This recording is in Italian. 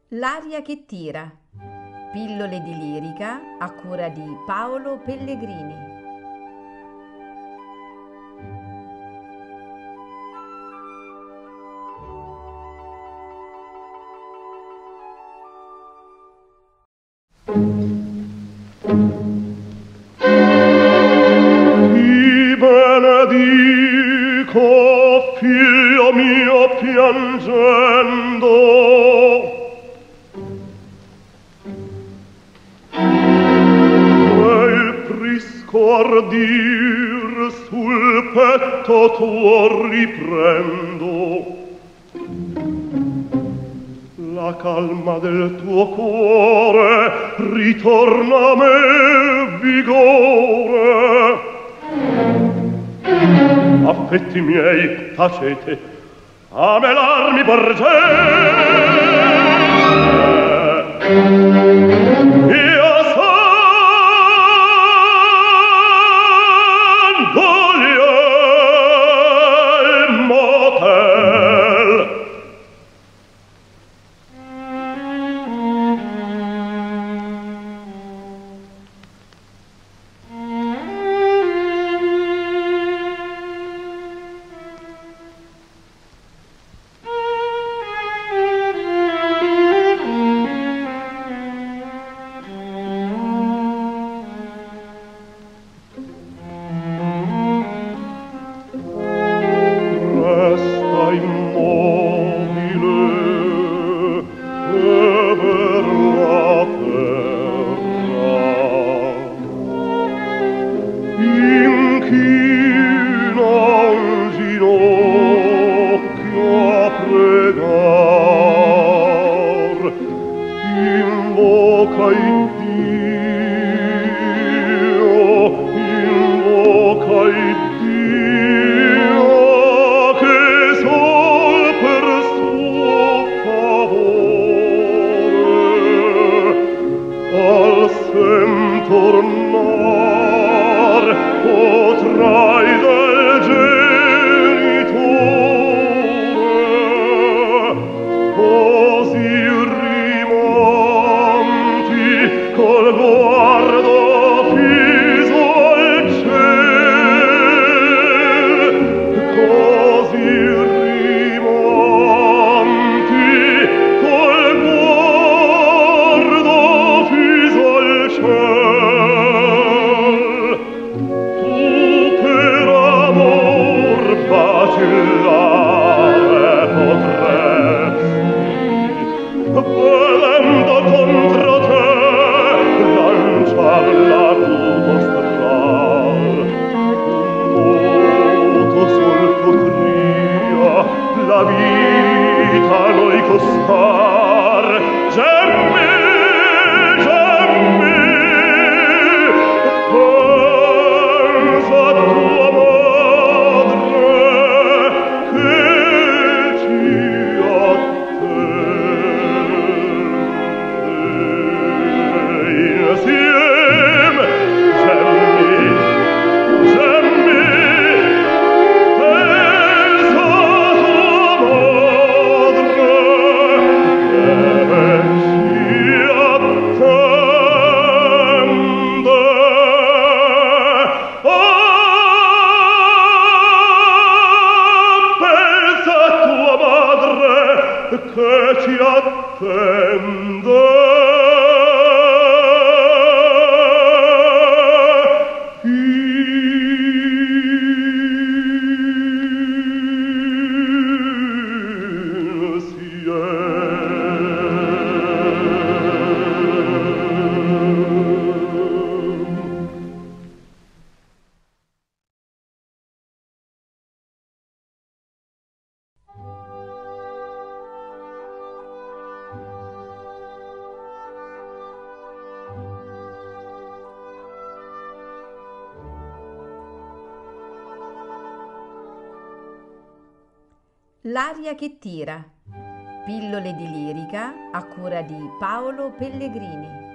L'aria che tira. Pillole di lirica a cura di Paolo Pellegrini. Ti benedico, figlio mio, piangendo. Quel prisco ardir sul petto tuo riprendo. La calma del tuo cuore ritorna a me vigore. Affetti miei, tacete, a me l'armi porgete. Io son Guglielmo Tell. Resta immobile per la terra. Inchina un ginocchio a pregar. Invoca Iddio, invoca Iddio, che sol per suo favore al sen tornar potrai del genitore. Così rimonti col guardo fiso al ciel. Così rimonti col guardo fiso al ciel. Tu per amor vacillare potresti, volendo contro te lanciar la tua stral. Un moto sol potria la vita a noi costar. Gemmi, gemmi, pensa a tua madre che ci attende insieme. Gemmi, gemmi, pensa a tua madre che ci attende. Pensa a tua madre che ci attende. L'aria che tira. Pillole di lirica a cura di Paolo Pellegrini.